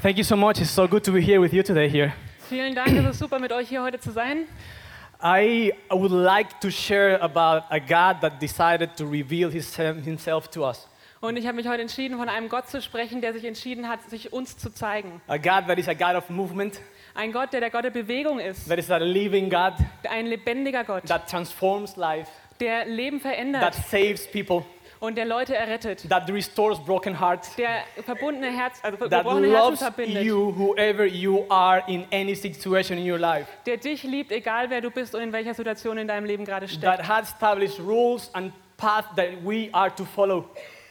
Thank you so much. It's so good to be here with you today here. Vielen Dank, es ist super, mit euch hier heute zu sein. I would like to share about a God that decided to reveal himself to us. Und ich habe mich heute entschieden, von einem Gott zu sprechen, der sich entschieden hat, sich uns zu zeigen. A God that is a God of movement, Ein Gott, der Gott der Bewegung ist. that is a living God, Ein lebendiger Gott, that transforms life, der Leben that verändert saves people, und der Leute errettet. that restores broken hearts, Der verbundene Herz, also that gebrochene Herzen loves verbindet. you whoever you are in any situation in your life, Der dich liebt, egal wer du bist und in welcher Situation in deinem Leben gerade that steckt. has established rules and paths that we are to follow,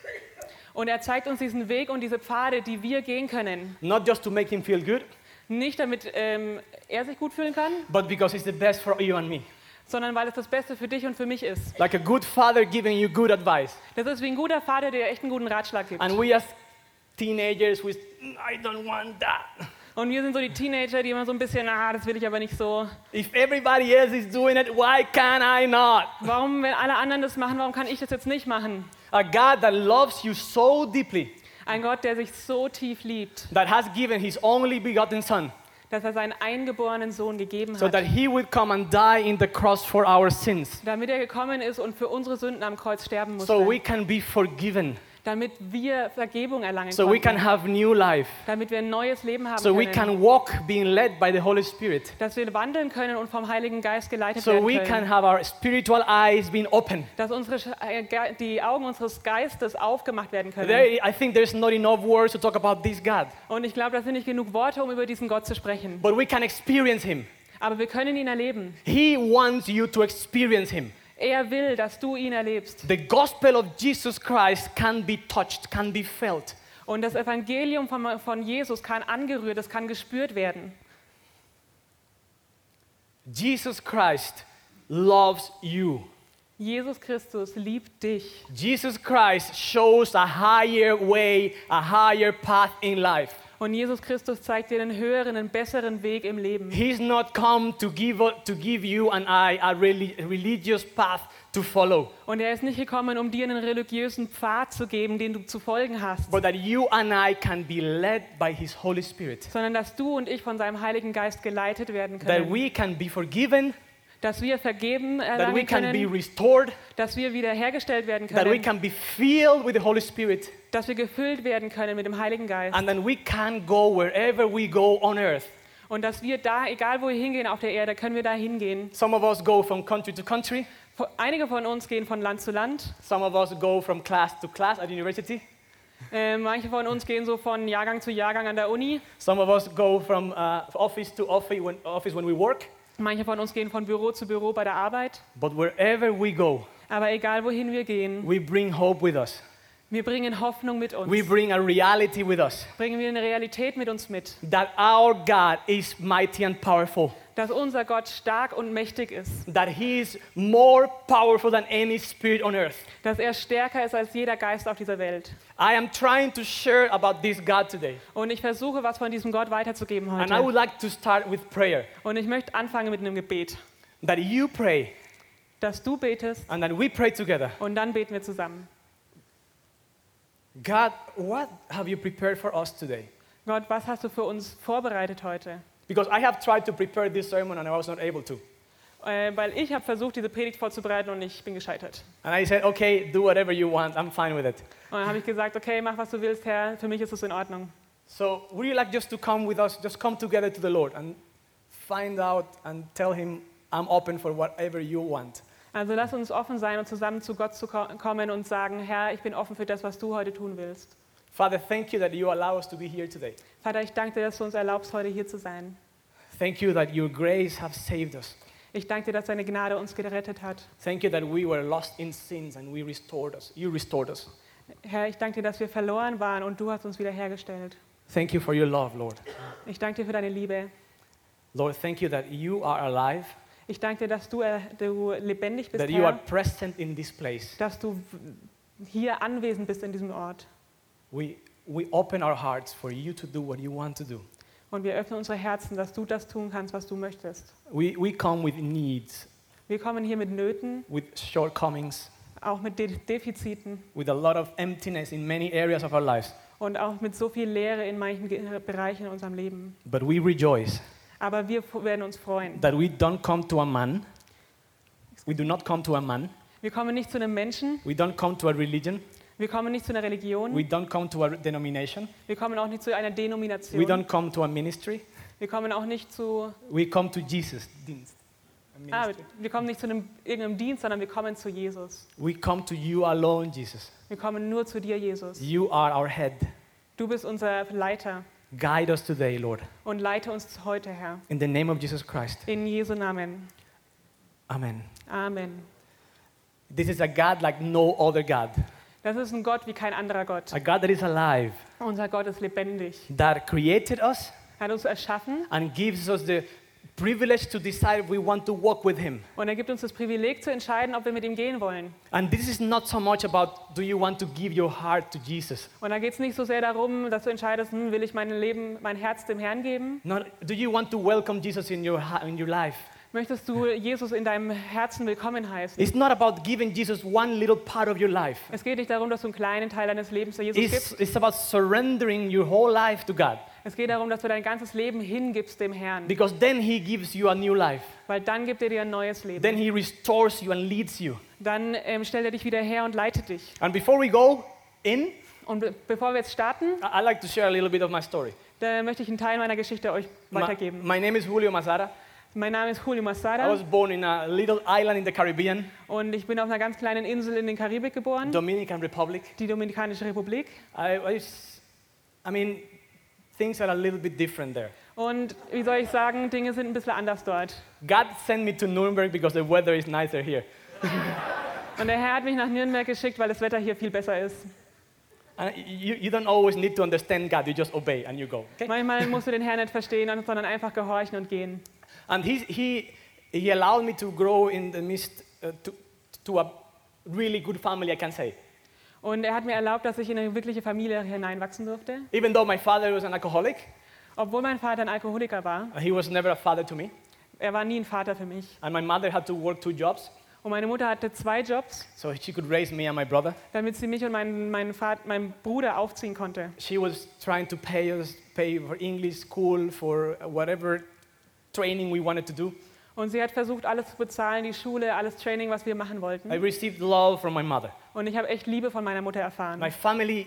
Und er zeigt uns diesen Weg und diese Pfade, die wir gehen können. not just to make him feel good, Nicht damit er sich gut fühlen kann, but because it's the best for you and me. sondern weil es das Beste für dich und für mich ist. Like a good father giving you good advice. Das ist wie ein guter Vater, der echt einen guten Ratschlag gibt. And we as teenagers, I don't want that. Und wir sind so die Teenager, die immer so ein bisschen, das will ich aber nicht so. If everybody else is doing it, why can't I not? Warum, wenn alle anderen das machen, warum kann ich das jetzt nicht machen? A God that loves you so deeply, Ein Gott, der sich so tief liebt, that has given his only begotten son, dass er seinen eingeborenen Sohn gegeben so that hat, he would come and die in the cross for our sins, damit er gekommen ist und für unsere Sünden am Kreuz sterben so we musste, can be forgiven, damit wir Vergebung erlangen so we can konnten, have new life, damit wir ein neues Leben haben so we können, can walk being led by the Holy Spirit, dass wir wandeln können und vom Heiligen Geist geleitet so werden we können. can have our spiritual eyes being open. Dass die Augen unseres Geistes aufgemacht werden können. I think there's not enough words to talk about this God, Und ich glaube, das sind nicht genug Worte, um über diesen Gott zu sprechen. but we can experience him. Aber wir können ihn erleben. He wants you to experience him. Er will, dass du ihn erlebst. The gospel of Jesus Christ can be touched, can be felt. Und das Evangelium von Jesus kann angerührt, es kann gespürt werden. Jesus Christ loves you. Jesus Christus liebt dich. Jesus Christ shows a higher way, a higher path in life. Und Jesus Christus zeigt dir einen höheren, einen besseren Weg im Leben. He's not come to give you and I a religious path to follow, Und er ist nicht gekommen, um dir einen religiösen Pfad zu geben, den du zu folgen hast, but that you and I can be led by His Holy Spirit. sondern dass du und ich von seinem Heiligen Geist geleitet werden That können. we can be forgiven, Dass wir vergeben that we erlangen can be können, restored, dass wir wiederhergestellt werden that we können, can be filled with the Holy Spirit, dass wir gefüllt werden können mit dem Heiligen Geist. and then we can go wherever we go on earth. Und dass wir da, egal wo wir hingehen auf der Erde, können wir da hingehen. Some of us go from country to country. Einige von uns gehen von Land zu Land. Some of us go from class to class at university. Manche von uns gehen so von Jahrgang zu Jahrgang an der Uni. Some of us go from office to office when we work. Manche von uns gehen von Büro zu Büro bei der Arbeit. But wherever we go, Aber egal wohin wir gehen, we bring hope with us. wir bringen Hoffnung mit uns. We bring a reality with us. Bringen wir eine Realität mit uns mit. That our God is mighty and powerful. Dass unser Gott stark und mächtig ist. That He is more powerful than any spirit on earth. Dass er stärker ist als jeder Geist auf dieser Welt. I am trying to share about this God today. Und ich versuche, was von diesem Gott weiterzugeben And I would heute. like to start with prayer. Und ich möchte anfangen mit einem Gebet. That you pray Dass du betest and that we pray together. und dann beten wir zusammen. God, what have you prepared for us today? Gott, was hast du für uns vorbereitet heute? Because I have tried to prepare this sermon and I was not able to. Weil ich habe versucht, diese Predigt vorzubereiten und ich bin gescheitert. And I said, okay, do whatever you want. I'm fine with it. Und dann habe ich gesagt, okay, mach was du willst, Herr, für mich ist es in Ordnung. So would you like just to come with us, just come together to the Lord and find out and tell Him, I'm open for whatever you want. Also lass uns offen sein und zusammen zu Gott zu kommen und sagen, Herr, ich bin offen für das, was du heute tun willst. Father, thank you that you allow us to be here today. Vater, ich danke dir, dass du uns erlaubst, heute hier zu sein. Thank you that your grace has saved us. Ich danke dir, dass deine Gnade uns gerettet hat. Thank you that we were lost in sins and we restored us. You restored us. Herr, ich danke dir, dass wir verloren waren und du hast uns wiederhergestellt. Thank you for your love, Lord. Ich danke dir für deine Liebe. Lord, thank you that you are alive, Ich danke dir, dass du lebendig bist, that you are Herr, present in this place. dass du hier anwesend bist in diesem Ort. We open our hearts for you to do what you want to do. Und wir öffnen unsere Herzen, dass du das tun kannst, was du möchtest. We come with needs, Wir kommen hier mit Nöten, with shortcomings, auch mit Defiziten with a lot of emptiness in many areas of our lives. und auch mit so viel Leere in manchen Bereichen in unserem Leben. But we rejoice Aber wir werden uns freuen. that we don't come to a man. We do not come to a man. Wir kommen nicht zu einem Menschen, We don't come to a religion. wir kommen nicht zu einer Religion, We don't come to a denomination. wir kommen auch nicht zu einer We Denomination, don't come to a ministry. wir kommen auch nicht zu, We come to Jesus. Dienst. A ministry. wir kommen nicht zu irgendeinem Dienst, sondern wir kommen zu Jesus. We come to you alone, Jesus. Wir kommen nur zu dir, Jesus. You are our head. Du bist unser Leiter Guide us today, Lord. und leite uns heute, Herr. In the name of Jesus Christ. In Jesu Namen. Amen. Amen. This is a God like no other God. Das ist ein Gott wie kein anderer Gott. A God that is alive, Unser Gott ist lebendig. that created us Er hat uns erschaffen and gives us the privilege to decide if we want to walk with Him. und er gibt uns das Privileg zu entscheiden, ob wir mit ihm gehen wollen. And this is not so much about do you want to give your heart to Jesus? Und da geht es nicht so sehr darum, dass du entscheidest, will ich mein Leben, mein Herz dem Herrn geben? Not, do you want to welcome Jesus in your life? Möchtest du Jesus in deinem Herzen willkommen heißen? It's not about giving Jesus one little part of your life. Es geht nicht darum, dass du einen kleinen Teil deines Lebens Jesus gibst. It's about surrendering your whole life to God. Es geht darum, dass du dein ganzes Leben hingibst dem Herrn. Because then He gives you a new life. Weil dann gibt er dir ein neues Then Leben. He restores you and leads you. Dann stellt er dich wieder her und leitet dich. And before we go in, Und bevor wir jetzt starten, I like to share a little bit of my story. da möchte ich einen Teil meiner Geschichte euch weitergeben. My name is Julio Mazara. Mein Name ist Julio I Masada was born in a little island in the Caribbean, und ich bin auf einer ganz kleinen Insel in den Karibik geboren, Dominican Republic. die Dominikanische Republik. I mean, things are a little bit different there. Und wie soll ich sagen, Dinge sind ein bisschen anders dort. God sent me to Nuremberg because the weather is nicer here. Und der Herr hat mich nach Nürnberg geschickt, weil das Wetter hier viel besser ist. And you don't always need to understand God, you just obey and you go. Okay? Manchmal musst du den Herrn nicht verstehen, sondern einfach gehorchen und gehen. And he allowed me to grow in the midst to a really good family, I can say. Und er hat mir erlaubt, dass ich in eine wirkliche Familie hineinwachsen durfte. Even though my father was an alcoholic, Obwohl mein Vater ein Alkoholiker war, he was never a father to me. er war nie ein Vater für mich. And my mother had to work 2 jobs Und meine Mutter hatte 2 Jobs, so she could raise me and my brother. damit sie mich und meinen Bruder aufziehen konnte. She was trying to pay for English school, for whatever training we wanted to do. Und sie hat versucht, alles zu bezahlen, die Schule, alles Training, was wir machen wollten. I received love from my mother. Und ich habe echt Liebe von meiner Mutter erfahren. My family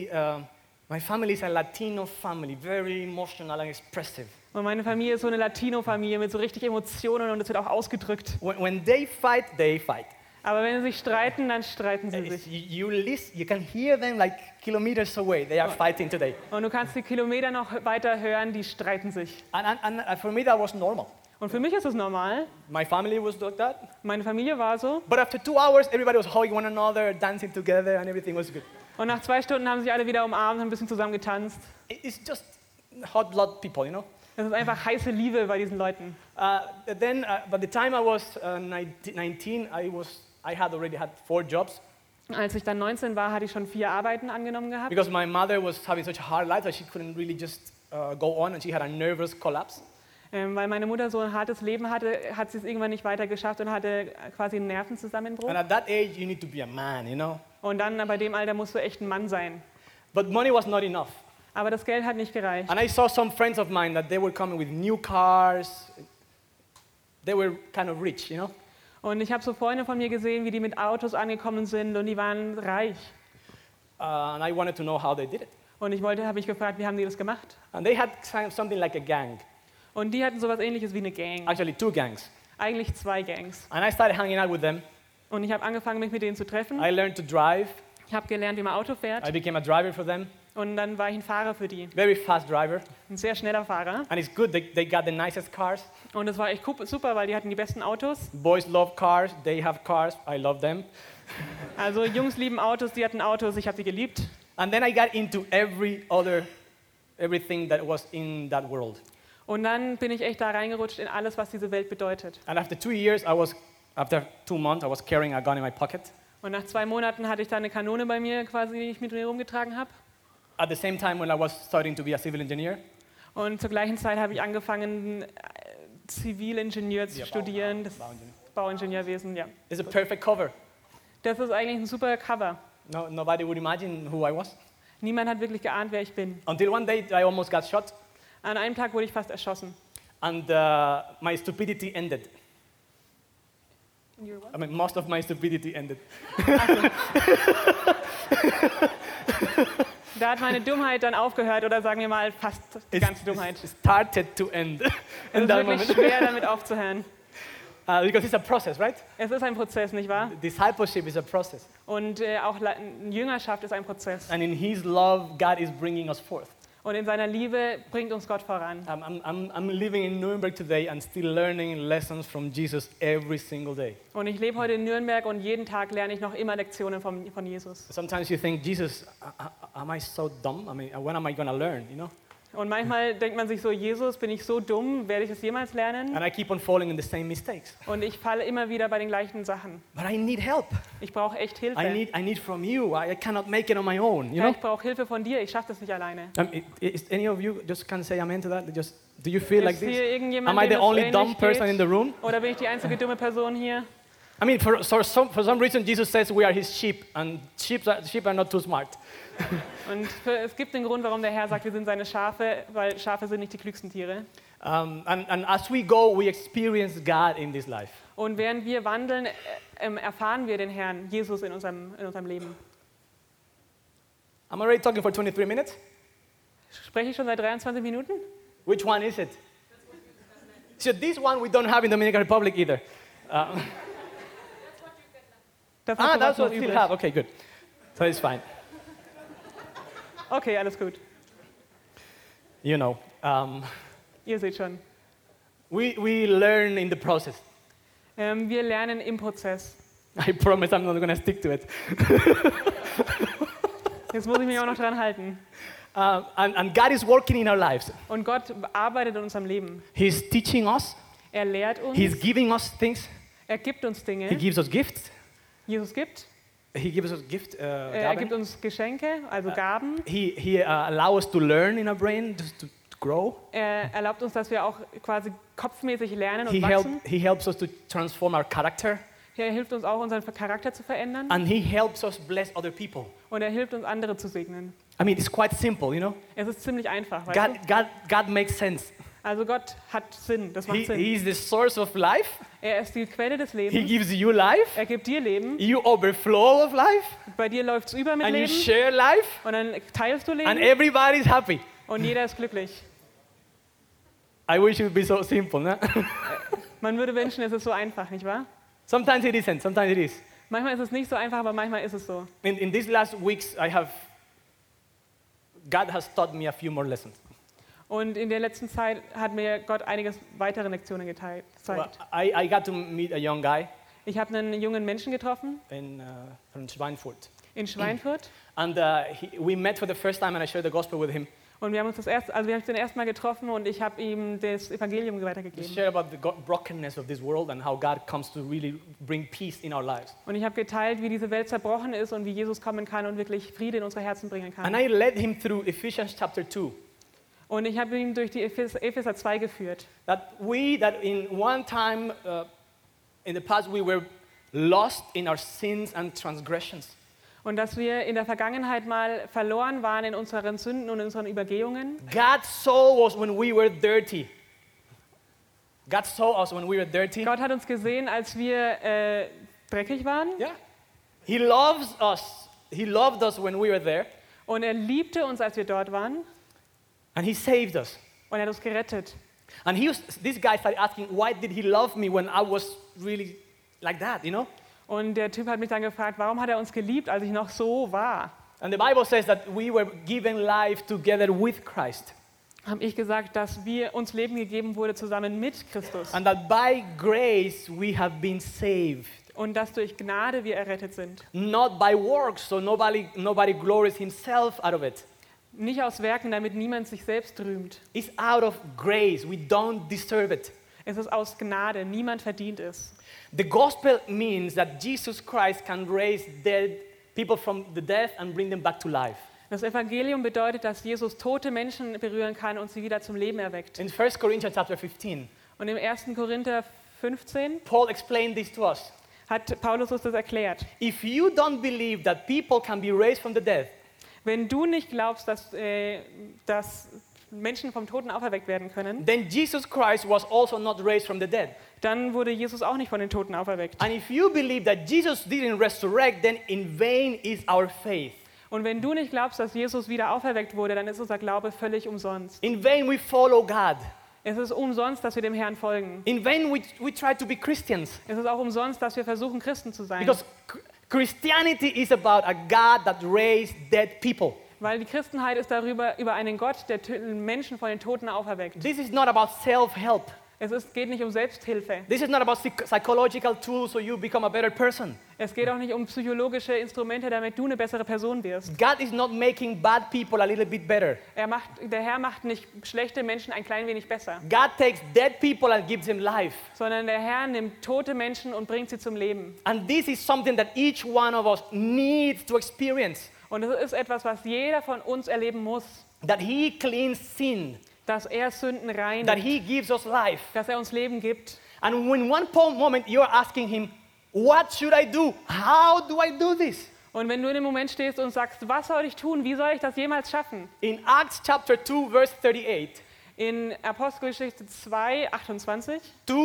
is a Latino family, very emotional and expressive. Und meine Familie ist so eine Latino-Familie mit so richtig Emotionen und es wird auch ausgedrückt. When they fight, they fight. Aber wenn sie sich streiten, dann streiten sie sich. You can hear them like kilometers away. They are fighting today. Und du kannst die Kilometer noch weiter hören, die streiten sich. And for me, that was normal. Und für mich ist es normal. My family was like that. Meine Familie war so. But after 2 hours, everybody was hugging one another, dancing together, and everything was good. Und nach 2 Stunden haben sich alle wieder umarmt und ein bisschen zusammen getanzt. It's just hot blood people, you know. Das ist einfach heiße Liebe bei diesen Leuten. Then, by the time I was 19, I had already had 4 jobs Als ich dann 19 war, hatte ich schon 4 Arbeiten angenommen gehabt. because my mother was having such a hard life that she couldn't really just go on, and she had a nervous collapse. Weil meine Mutter so ein hartes Leben hatte, hat sie es irgendwann nicht weiter geschafft und hatte quasi einen Nervenzusammenbruch. And at that age, you need to be a man, you know. Und dann bei dem Alter musst du echt ein Mann sein. But money was not enough. Aber das Geld hat nicht gereicht. And I saw some friends of mine that they were coming with new cars. They were kind of rich, you know. Und ich habe so Freunde von mir gesehen, wie die mit Autos angekommen sind und die waren reich. And I wanted to know how they did it. Und habe mich gefragt, wie haben die das gemacht? And they had something like a gang, Und die hatten sowas ähnliches wie eine Gang. actually 2 gangs. Eigentlich 2 Gangs. And I started hanging out with them. Und ich habe angefangen, mich mit denen zu treffen. I learned to drive. Ich habe gelernt, wie man Auto I fährt. became a driver for them, Und dann war ich ein Fahrer für die. very fast driver. Ein sehr schneller Fahrer. And it's good, they got the nicest cars. Und es war echt super, weil die hatten die besten Autos. Boys love cars, they have cars, I love them. Also Jungs lieben Autos, die hatten Autos, ich habe die geliebt. And then I got into everything that was in that world. Und dann bin ich echt da reingerutscht in alles, was diese Welt bedeutet. And after 2 years, after 2 months, I was carrying a gun in my pocket. Und nach 2 Monaten hatte ich da eine Kanone bei mir, quasi, die ich mit mir rumgetragen habe. At the same time when I was studying to be a civil engineer. Und zur gleichen Zeit habe ich angefangen, Zivilingenieur zu Ja, studieren, das Bauingenieur. Bauingenieurwesen, ja. It's a perfect cover. Das ist eigentlich ein super Cover. Nobody would imagine who I was. Niemand hat wirklich geahnt, wer ich bin. Until one day I almost got shot An einem Tag wurde ich fast erschossen. and my stupidity ended. I mean, most of my stupidity ended. Da hat meine Dummheit dann aufgehört oder sagen wir mal fast die ganze Dummheit. It started to end. Es in ist that wirklich moment. schwer, damit aufzuhören. Because it's a process, right? Es ist ein Prozess, nicht wahr? Discipleship is a process. Und auch Jüngerschaft ist ein Prozess. And in His love, God is bringing us forth. Und in seiner Liebe bringt uns Gott voran. I'm living in Nuremberg today and still learning lessons from Jesus every single day. Und ich lebe heute in Nürnberg und jeden Tag lerne ich noch immer Lektionen von Jesus. Sometimes you think, Jesus, am I so dumb? I mean, when am I going to learn, you know? Und manchmal denkt man sich so, Jesus, bin ich so dumm, werde ich es jemals lernen? And I keep on falling in the same mistakes. Und ich falle immer wieder bei den gleichen Sachen. But I need help. Ich brauche echt Hilfe. I need from you. I cannot make it on my own, you Ja, know? ich brauche Hilfe von dir, ich schaffe das nicht alleine. Is any of you just can say amen to that? Do you feel like Ist hier this? irgendjemand, Am I dem the es only ähnlich dumb person geht? in the room? Oder bin ich die einzige dumme Person hier? I mean, for some reason, Jesus says we are His sheep, and sheep are not too smart. Und es gibt einen Grund, warum der Herr sagt, wir sind seine Schafe, weil Schafe sind nicht die klügsten Tiere. And as we go, we experience God in this life. Und während wir wandeln, erfahren wir den Herrn, Jesus in unserem Leben. I'm already talking for 23 minutes. Spreche ich schon seit 23 Minuten? Which one is it? So this one we don't have in Dominican Republic either. Das ist That's noch what we still übrig. have. Okay, good. So it's fine. Okay, alles gut. You know, Ihr seht schon. we learn in the process. Wir lernen im Prozess. I promise I'm not going to stick to it. Jetzt muss ich mich auch noch dran halten. And God is working in our lives. Und Gott arbeitet in unserem Leben. He's teaching us. Er lehrt uns. He's giving us things. Er gibt uns He Dinge. gives us gifts. Jesus gibt. He gives us gift. Er gibt uns Geschenke, also Gaben. He allows us to learn in our brain, just to grow. Er erlaubt uns, dass wir auch quasi kopfmäßig lernen und wachsen. He helps us to transform our character. Er hilft uns auch, unseren Charakter zu verändern. And He helps us bless other people. Und er hilft uns, andere zu segnen. I mean, it's quite simple, you know. Es ist ziemlich einfach, weißt du? God makes sense. Also Gott hat Sinn, das macht Sinn. He is the source of life. Er ist die Quelle des He Lebens. gives you life. Er gibt dir Leben. You overflow of life. Bei dir läuft es über mit And you Leben. share life. Und dann teilst du And Leben. everybody's happy. Und jeder ist glücklich. I wish it would be so simple, no? Man würde wünschen, es ist so einfach, nicht wahr? Sometimes it isn't, sometimes it is. Manchmal ist es nicht so einfach, aber manchmal ist es so. In these last weeks, God has taught me a few more lessons. Und in der letzten Zeit hat mir Gott einiges weitere Lektionen gezeigt. Well, I got to meet a young guy Ich habe einen jungen Menschen getroffen from Schweinfurt. in Schweinfurt. And we met for the first time and I shared the gospel with him. Und wir haben uns wir haben uns den ersten Mal getroffen und ich habe ihm das Evangelium We weitergegeben. shared about the brokenness of this world and how God comes to really bring peace in our lives. Und ich habe geteilt, wie diese Welt zerbrochen ist und wie Jesus kommen kann und wirklich Friede in unsere Herzen bringen And kann. I led him through Ephesians chapter 2. Und ich habe ihn durch die Epheser 2 geführt. That in one time in the past we were lost in our sins and transgressions. Und dass wir in der Vergangenheit mal verloren waren in unseren Sünden und in unseren Übergehungen. God saw us when we were dirty. God saw us when we were dirty. Gott hat uns gesehen, als wir dreckig waren. Yeah. He loves us. He loved us when we were there. Und er liebte uns, als wir dort waren. And He saved us. Und er hat uns gerettet. And this guy started asking, why did He love me when I was really like that, you know? Und der Typ hat mich dann gefragt, warum hat er uns geliebt, als ich noch so war? And the Bible says that we were given life together with Christ. Habe ich gesagt, dass uns Leben gegeben wurde zusammen mit Christus. And that by grace we have been saved. Und dass durch Gnade wir errettet sind. Not by works, so nobody glories himself out of it. Nicht aus Werken, damit niemand sich selbst rühmt. It's out of grace. We don't deserve it. Es ist aus Gnade, niemand verdient es. The gospel means that Jesus Christ can raise people from the death and bring them back to life. Das Evangelium bedeutet, dass Jesus tote Menschen berühren kann und sie wieder zum Leben erweckt. In 1 Corinthians chapter 15, Und im 1. Korinther 15 Paul explained this to us. hat Paulus uns das erklärt. If you don't believe that people can be raised from the dead, Wenn du nicht glaubst, dass Menschen vom Toten auferweckt werden können, then Jesus Christ was also not raised from the dead. dann wurde Jesus auch nicht von den Toten auferweckt. And if you believe that Jesus didn't resurrect, then in vain is our faith. Und wenn du nicht glaubst, dass Jesus wieder auferweckt wurde, dann ist unser Glaube völlig umsonst. In vain we follow God. Es ist umsonst, dass wir dem Herrn folgen. In vain we try to be Christians. Es ist auch umsonst, dass wir versuchen, Christen zu sein. Because Christianity is about a God that raised dead people. Weil die Christenheit ist über einen Gott, der Menschen von den Toten auferweckt. This is not about self-help. Geht nicht um Selbsthilfe. This is not about psychological tools so you become a better person. Es geht auch nicht um psychologische Instrumente, damit du eine bessere Person wirst. God is not making bad people a little bit better. Der Herr macht nicht schlechte Menschen ein klein wenig besser, God takes dead people and gives them life. sondern der Herr nimmt tote Menschen und bringt sie zum Leben. And this is something that each one of us needs to experience. Und es ist etwas, was jeder von uns erleben muss, That He cleans sin. dass er Sünden That reinigt, He gives us life. dass er uns Leben gibt. And when one moment you're asking Him, what should I do? How do I do this? Und wenn du in dem Moment stehst und sagst, was soll ich tun? Wie soll ich das jemals schaffen? In Acts chapter 2, verse 38, In Apostelgeschichte 2, 28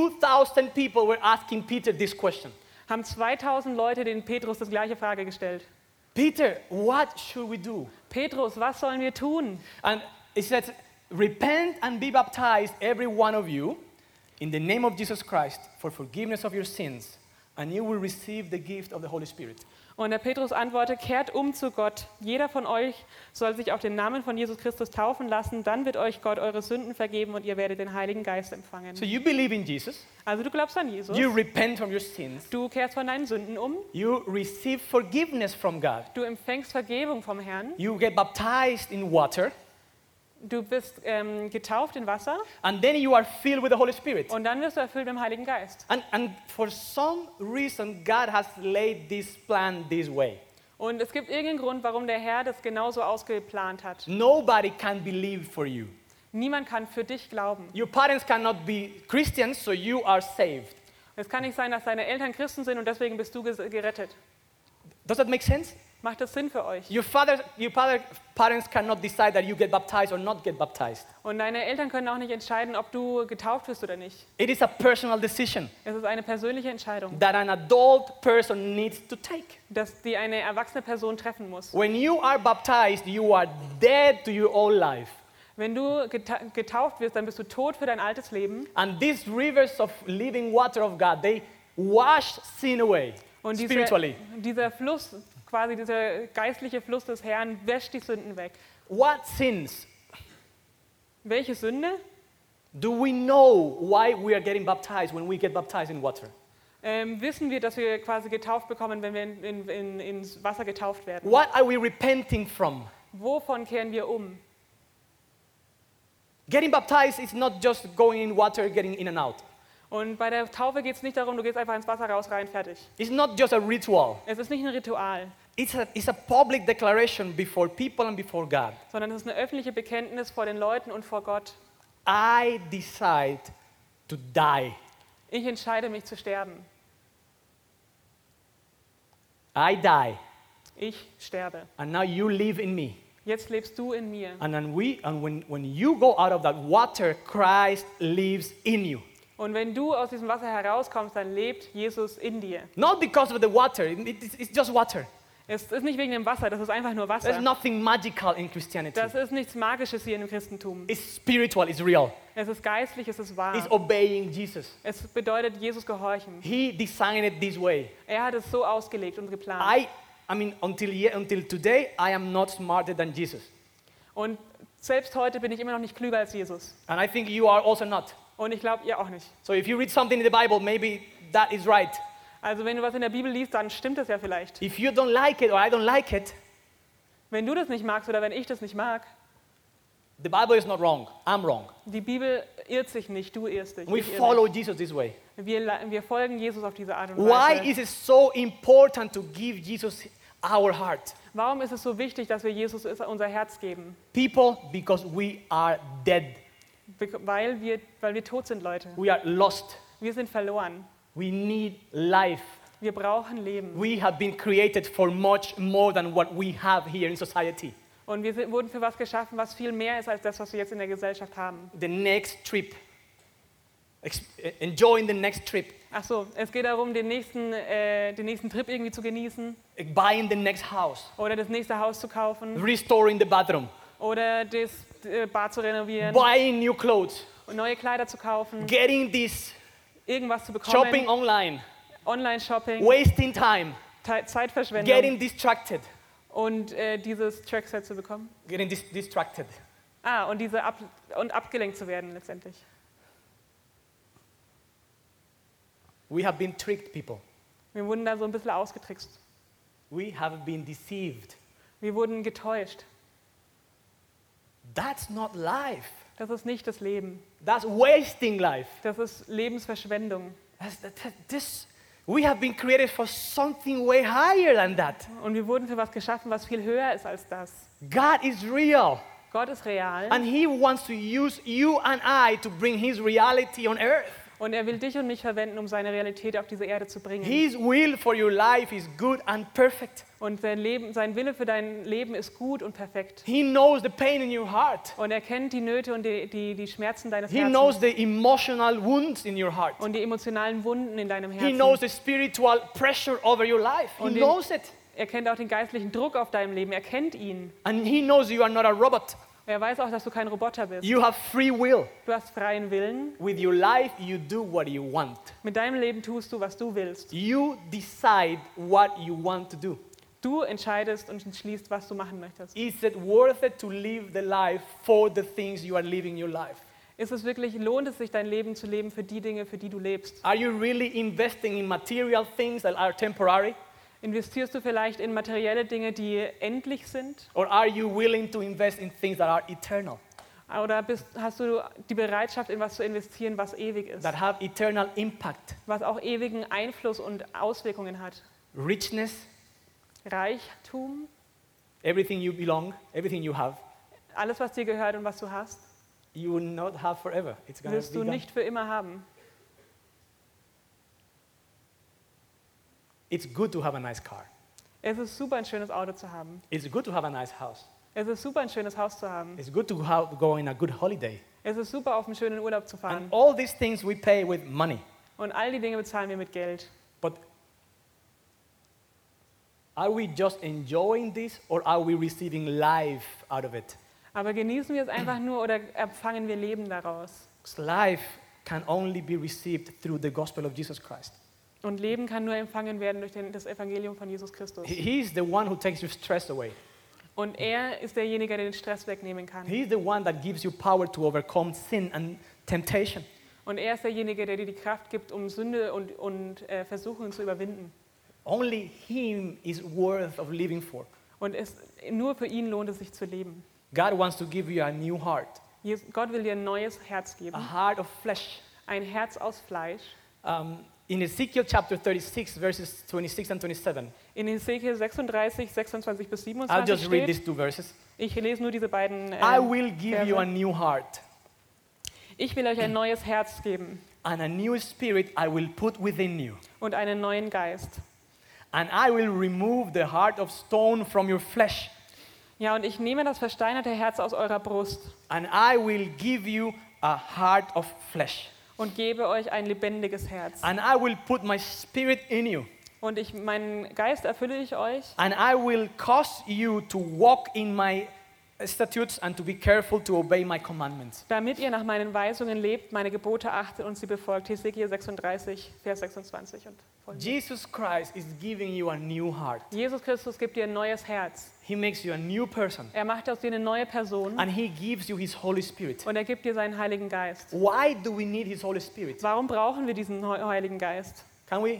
2,000 people were asking Peter this question. haben 2000 Leute den Petrus das gleiche Frage gestellt. Peter, what should we do? Petrus, was sollen wir tun? And it says, repent and be baptized, every one of you, in the name of Jesus Christ, for forgiveness of your sins, and you will receive the gift of the Holy Spirit. Und der Petrus antwortet, kehrt um zu Gott. Jeder von euch soll sich auf den Namen von Jesus Christus taufen lassen, dann wird euch Gott eure Sünden vergeben und ihr werdet den Heiligen Geist empfangen. So you believe in Jesus, Also du glaubst an Jesus, you repent from your sins, du kehrst von deinen Sünden um, you receive forgiveness from God, du empfängst Vergebung vom Herrn, you get baptized in water, du bist getauft in Wasser and then you are filled with the Holy Spirit. und dann wirst du erfüllt mit dem Heiligen Geist. And for some reason, God has laid this plan this way. Und es gibt irgendeinen Grund, warum der Herr das genauso ausgeplant hat. Nobody can believe for you. Niemand kann für dich glauben. Your parents cannot be Christians, so you are saved. Es kann nicht sein, dass deine Eltern Christen sind und deswegen bist du gerettet. Does that make sense? Macht das Sinn für euch? Your parents cannot decide that you get baptized or not get baptized. Und deine Eltern können auch nicht entscheiden, ob du getauft wirst oder nicht. It is a personal decision Es ist eine persönliche Entscheidung, that an adult person needs to take. dass die eine erwachsene Person treffen muss. When you are baptized, you are dead to your old life. Wenn du getauft wirst, dann bist du tot für dein altes Leben. And these rivers of living water of God, they wash sin away Und spiritually. dieser Fluss, quasi dieser geistliche Fluss des Herrn, wäscht die Sünden weg. What sins? Welche Sünde? Do we know why we are getting baptized when we get baptized in water? Wissen wir, dass wir quasi getauft bekommen, wenn wir ins Wasser getauft werden? What are we repenting from? Wovon kehren wir um? Getting baptized is not just going in water, getting in and out. Und bei der Taufe geht es nicht darum, du gehst einfach ins Wasser raus, rein, fertig. It's not just a ritual. Es ist nicht ein Ritual, It's a public declaration before people and before God. sondern es ist eine öffentliche Bekenntnis vor den Leuten und vor Gott. I decide to die. Ich entscheide mich zu sterben. I die. Ich sterbe. And now you live in me. Jetzt lebst du in mir. And when you go out of that water, Christ lives in you. Und wenn du aus diesem Wasser herauskommst, dann lebt Jesus in dir. Not because of the water, it's just water. Es ist nicht wegen dem Wasser, das ist einfach nur There's Wasser. nothing magical in Christianity. Das ist nichts Magisches hier im Christentum. It's spiritual, it's real. Es ist geistlich, es ist wahr. It's obeying Jesus. Es bedeutet Jesus gehorchen. He designed it this way. Er hat es so ausgelegt und geplant. I mean, until today, I am not smarter than Jesus. Und selbst heute bin ich immer noch nicht klüger als Jesus. And I think you are also not. Und ich glaube, ihr auch nicht. So if you read something in the Bible, maybe that is right. Also wenn du was in der Bibel liest, dann stimmt es ja vielleicht. If you don't like it or I don't like it, Wenn du das nicht magst oder wenn ich das nicht mag, the Bible is not wrong. I'm wrong. die Bibel irrt sich nicht, du irrst dich. We ich irre follow mich. Jesus this way. Wir folgen Jesus auf diese Art und Why Weise. is it so important to give Jesus our heart? Warum ist es so wichtig, dass wir Jesus unser Herz geben? People, because we are dead. Weil wir tot sind, Leute. We are lost. Wir sind verloren. We need life. Wir brauchen Leben. We have been created for much more than what we have here in society. Und wir wurden für was geschaffen, was viel mehr ist als das, was wir jetzt in der Gesellschaft haben. The next trip. Enjoying the next trip. Ach so, es geht darum, den nächsten Trip irgendwie zu genießen Buying the next house. oder das nächste Haus zu kaufen Restoring the bathroom. oder das Bad zu renovieren Buying new clothes. und neue Kleider zu kaufen, Getting this. irgendwas zu Shopping bekommen, online. Online-Shopping, Wasting time. Zeitverschwendung Getting distracted. und dieses Trackset zu bekommen. Getting distracted. Und abgelenkt zu werden letztendlich. We have been tricked, people. Wir wurden da so ein bisschen ausgetrickst. We have been deceived. Wir wurden getäuscht. That's not life. Das ist nicht das Leben. That's wasting life. Das ist Lebensverschwendung. We have been created for something way higher than that. Und wir wurden für was geschaffen, was viel höher ist als das. God is real. Gott ist real And He wants to use you and I to bring His reality on earth. und er will dich und mich verwenden, um seine Realität auf diese Erde zu bringen. His will for your life is good and perfect. Und sein Wille für dein Leben ist gut und perfekt. He knows the pain in your heart. Und er kennt die Nöte und die Schmerzen deines He knows Herzens the emotional wounds in your heart. und die emotionalen Wunden in deinem He knows Herzen. the spiritual pressure over your life. He Und knows it. Er kennt auch den geistlichen Druck auf deinem Leben. Er kennt ihn. And He knows you are not a robot. Er weiß auch, dass du kein Roboter bist. You have free will. Du hast freien Willen. With your life, you do what you want. Mit deinem Leben tust du, was du willst. You decide what you want to do. Du entscheidest und entschließt, was du machen möchtest. Is it worth it to live the life for the things you are living your life? Lohnt es sich, dein Leben zu leben für die Dinge, für die du lebst? Are you really investing in material things that are temporary? Investierst du vielleicht in materielle Dinge, die endlich sind? Or are you willing to invest in things that are eternal, Oder hast du die Bereitschaft, in was zu investieren, was ewig ist? that have eternal impact? Was auch ewigen Einfluss und Auswirkungen hat? Richness, Reichtum, everything you belong, everything you have, alles, was dir gehört und was du hast, you will not have forever. It's going to wirst be du gone. nicht für immer haben. It's good to have a nice car. Es ist super, ein schönes Auto zu haben. It's good to have a nice house. Es ist super, ein schönes Haus zu haben. It's good to go on a good holiday. Es ist super, auf einen schönen Urlaub zu fahren. And all these things we pay with money. Und all die Dinge bezahlen wir mit Geld. But are we just enjoying this or are we receiving life out of it? Aber genießen wir es einfach nur oder empfangen wir Leben daraus? Because life can only be received through the gospel of Jesus Christ. Und Leben kann nur empfangen werden durch das Evangelium von Jesus Christus. He's the one who takes your stress away. Und er ist derjenige, der den Stress wegnehmen kann. He's the one that gives you power to overcome sin and temptation. Und er ist derjenige, der dir die Kraft gibt, um Sünde und Versuchungen zu überwinden. Only Him is worth of living for. Und nur für ihn lohnt es sich zu leben. God wants to give you a new heart, Gott will dir ein neues Herz geben. a heart of flesh. Ein Herz aus Fleisch. In Ezekiel chapter 36, verses 26 and 27, In Hesekiel 36, 26 bis I'll just 27 read steht, these two verses. ich lese nur diese beiden I will give you a Verse. new heart, Ich will euch ein neues Herz geben and a new spirit I will put within you. und einen neuen Geist. And I will remove the heart of stone from your flesh, Ja, und ich nehme das versteinerte Herz aus eurer Brust and I will give you a heart of flesh. und gebe euch ein lebendiges Herz. And I will put my spirit in you, Und meinen Geist erfülle ich euch and I will cause you to walk in my statutes and to be careful to obey my commandments. damit ihr nach meinen Weisungen lebt, meine Gebote achtet und sie befolgt. Hesekiel 36, Vers 26 und folgende. Jesus Christ is giving you a new heart. Jesus Christus gibt dir ein neues Herz. He makes you a new person, Er macht aus dir eine neue Person and He gives you His Holy Spirit. und er gibt dir seinen Heiligen Geist. Why do we need His Holy Spirit? Warum brauchen wir diesen Heiligen Geist? Can we? I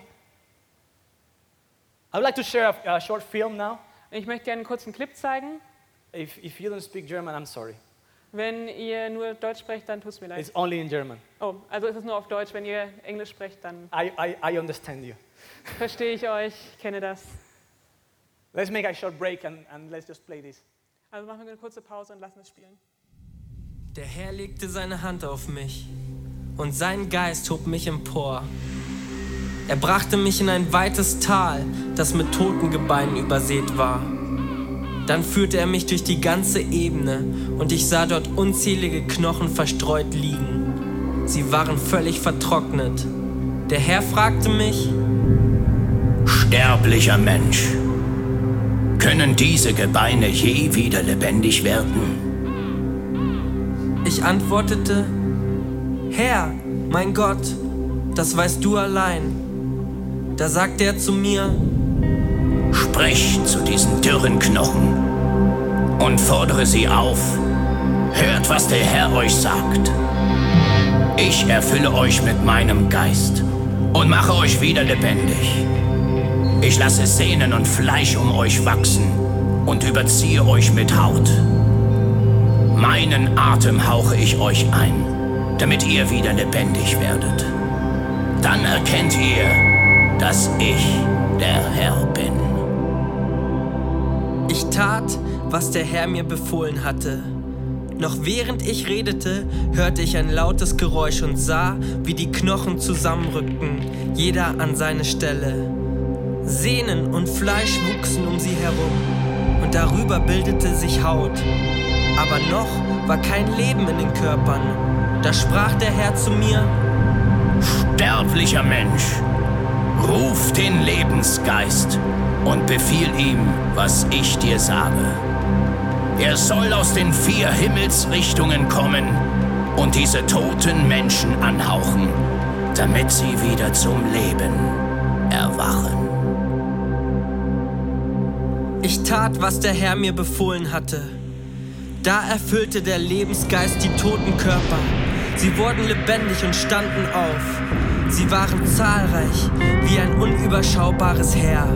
would like to share a short film now. Ich möchte gerne einen kurzen Clip zeigen. If you don't speak German, I'm sorry. Wenn ihr nur Deutsch sprecht, dann tut es mir leid. It's only in German. Oh, also ist es nur auf Deutsch. Wenn ihr Englisch sprecht, dann I understand you. verstehe ich euch, kenne das. Let's make a short break and let's just play this. Also machen wir eine kurze Pause und lassen es spielen. Der Herr legte seine Hand auf mich und sein Geist hob mich empor. Er brachte mich in ein weites Tal, das mit Totengebeinen übersät war. Dann führte er mich durch die ganze Ebene und ich sah dort unzählige Knochen verstreut liegen. Sie waren völlig vertrocknet. Der Herr fragte mich: Sterblicher Mensch, können diese Gebeine je wieder lebendig werden? Ich antwortete: Herr, mein Gott, das weißt du allein. Da sagte er zu mir: Sprich zu diesen dürren Knochen und fordere sie auf. Hört, was der Herr euch sagt. Ich erfülle euch mit meinem Geist und mache euch wieder lebendig. Ich lasse Sehnen und Fleisch um euch wachsen und überziehe euch mit Haut. Meinen Atem hauche ich euch ein, damit ihr wieder lebendig werdet. Dann erkennt ihr, dass ich der Herr bin. Ich tat, was der Herr mir befohlen hatte. Noch während ich redete, hörte ich ein lautes Geräusch und sah, wie die Knochen zusammenrückten, jeder an seine Stelle. Sehnen und Fleisch wuchsen um sie herum und darüber bildete sich Haut. Aber noch war kein Leben in den Körpern. Da sprach der Herr zu mir: Sterblicher Mensch, ruf den Lebensgeist und befiehl ihm, was ich dir sage. Er soll aus den 4 Himmelsrichtungen kommen und diese toten Menschen anhauchen, damit sie wieder zum Leben erwachen. Ich tat, was der Herr mir befohlen hatte. Da erfüllte der Lebensgeist die toten Körper. Sie wurden lebendig und standen auf. Sie waren zahlreich wie ein unüberschaubares Heer.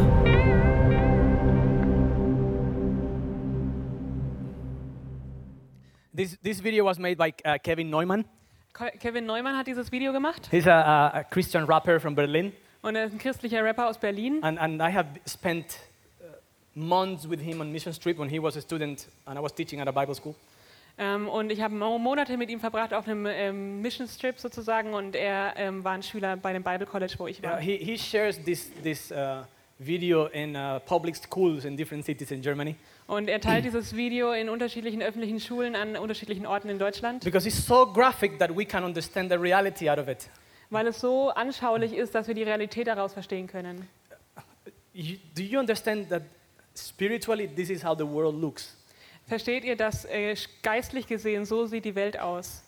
This video was made by Kevin Neumann. Kevin Neumann hat dieses Video gemacht He's a Christian rapper from Berlin. und er ist ein christlicher Rapper aus Berlin. And I have spent months with him on mission trip when he was a student and I was teaching at a Bible school. Und ich habe Monate mit ihm verbracht auf einem Mission-Trip sozusagen und er war ein Schüler bei dem Bible College, wo ich war. He shares this video in public schools in different cities in Germany Und er teilt dieses Video in unterschiedlichen öffentlichen Schulen an unterschiedlichen Orten in Deutschland, because it's so graphic that we can understand the reality out of it. weil es so anschaulich ist, dass wir die Realität daraus verstehen können. Do you understand that spiritually this is how the world looks? Versteht ihr, dass geistlich gesehen so sieht die Welt aus?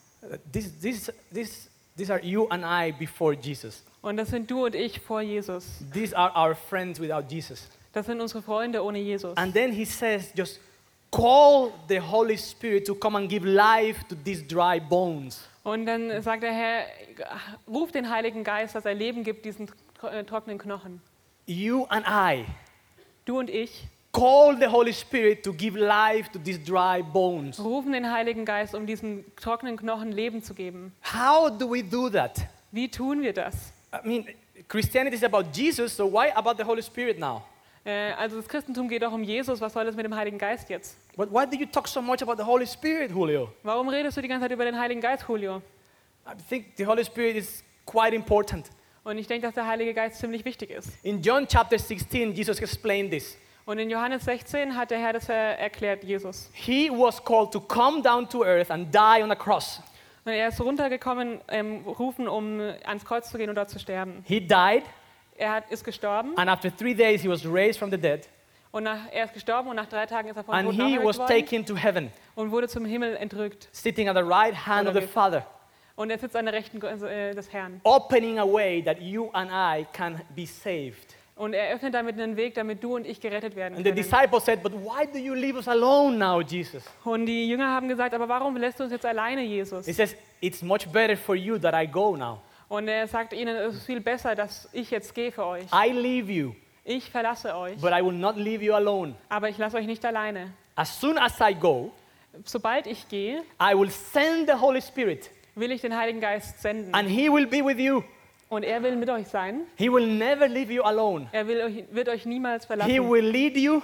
These are you and I before Jesus. Und das sind du und ich vor Jesus. These are our friends without Jesus. Das sind unsere Freunde ohne Jesus. And then he says, just call the Holy Spirit to come and give life to these dry bones. Und dann sagt der Herr, ruf den Heiligen Geist, dass er Leben gibt diesen trockenen Knochen. You and I, Du und ich call the Holy Spirit to give life to these dry bones. rufen den Heiligen Geist, um diesen trockenen Knochen Leben zu geben. How do we do that? Wie tun wir das? I mean, Christianity is about Jesus, so why about the Holy Spirit now? Also das Christentum geht doch um Jesus, was soll das mit dem Heiligen Geist jetzt? But why do you talk so much about the Holy Spirit, Julio? Warum redest du die ganze Zeit über den Heiligen Geist, Julio? I think the Holy Spirit is quite important. Und ich denke, dass der Heilige Geist ziemlich wichtig ist. In John chapter 16, Jesus explained this. Und in Johannes 16 hat der Herr das erklärt, Jesus. He was called to come down to earth and die on a cross. Und er ist runtergekommen, rufen, um ans Kreuz zu gehen und dort zu sterben. He died, Ist gestorben and after 3 days he was raised from the dead, und er ist gestorben und nach 3 Tagen ist er vom and Toten he was auferweckt worden taken to heaven, und wurde zum Himmel entrückt. sitting at the right hand of the Father, Und er sitzt an der Rechten des Herrn. opening a way that you and I can be saved. Und er öffnet damit einen Weg, damit du und ich gerettet werden And the können. disciples said, but why do you leave us alone now, Jesus? Und die Jünger haben gesagt, aber warum lässt du uns jetzt alleine, Jesus? He says, it's much better for you that I go now. Und er sagt ihnen, es ist viel besser, dass ich jetzt gehe für euch. I leave you, Ich verlasse euch, but I will not leave you alone. aber ich lasse euch nicht alleine. As soon as I go, Sobald ich gehe, I will send the Holy Spirit, will ich den Heiligen Geist senden. and he will be with you. Und er will mit euch sein. He will never leave you alone. Er wird euch niemals He verlassen. will lead you,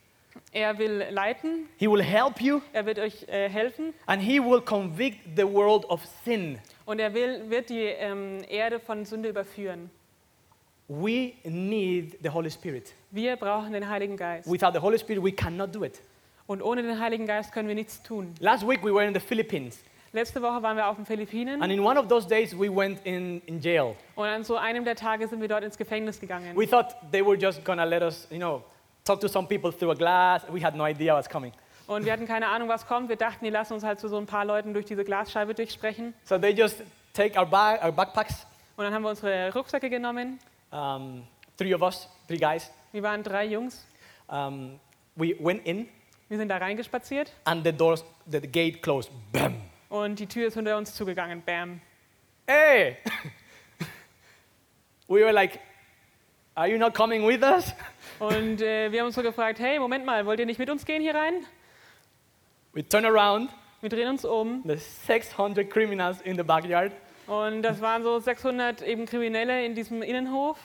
Er will leiten, he will help you, er wird euch helfen and he will convict the world of sin. und er wird die Erde von Sünde überführen. We need the Holy Spirit. Wir brauchen den Heiligen Geist. Without the Holy Spirit, we cannot do it. Und ohne den Heiligen Geist können wir nichts tun. Last week, we were in the Philippines. Letzte Woche waren wir auf den Philippinen And in one of those days, we went in jail. und an so einem der Tage sind wir dort ins Gefängnis gegangen. We thought they were just going to let us, talk to some people through a glass. We had no idea what's coming. Und wir hatten keine Ahnung, was kommt. Wir dachten, die lassen uns halt zu so ein paar Leuten durch diese Glasscheibe durchsprechen. So they just take our backpacks, Und dann haben wir unsere Rucksäcke genommen. 3 of us, 3 guys. Wir waren 3 Jungs. We went in, Wir sind da reingespaziert and the gate closed. Bam! und die Tür ist hinter uns zugegangen. Bam. Hey! We were like, are you not coming with us? Und wir haben uns so gefragt, hey, Moment mal, wollt ihr nicht mit uns gehen hier rein? We turn around, Wir drehen uns um there's 600 criminals in the backyard. und das waren so 600 eben Kriminelle in diesem Innenhof.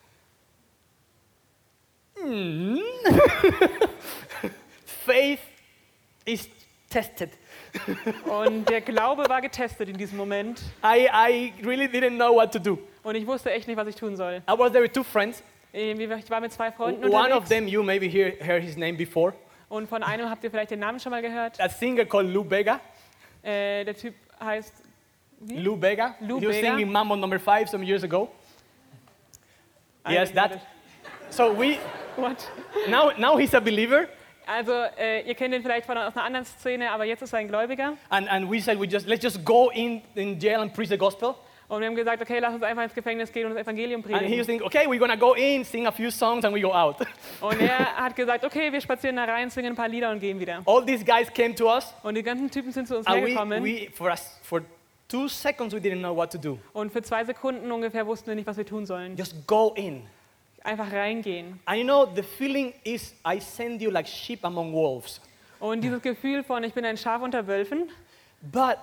Faith is tested. Und der Glaube war getestet in diesem Moment. I really didn't know what to do. Und ich wusste echt nicht, was ich tun soll. I was there with 2 friends. Ich war mit 2 Freunden One of unterwegs. them, you maybe heard his name before. Und von einem habt ihr vielleicht den Namen schon mal gehört. A singer called Lou Bega. Der Typ heißt Lou Bega. Lou He was Bega. singing Mambo No. 5 some years ago. Yes, I that. got it. So What? now he's a believer, Also ihr kennt ihn vielleicht aus einer anderen Szene, aber jetzt ist er ein Gläubiger. and we said let's just go in jail and preach the gospel. Und wir haben gesagt, okay, lass uns einfach ins Gefängnis gehen und das Evangelium And he was predigen. thinking, okay, we're gonna go in, sing a few songs, and we go out. Und er hat gesagt, okay, wir spazieren da rein, singen ein paar Lieder und gehen wieder. All these guys came to us, Und die ganzen Typen sind zu uns and hergekommen. for 2 seconds we didn't know what to do. Und für 2 Sekunden ungefähr wussten wir nicht, was wir tun sollen. Just go in. Einfach reingehen. And the feeling is I send you like sheep among wolves. Und dieses Gefühl von, ich bin ein Schaf unter Wölfen. But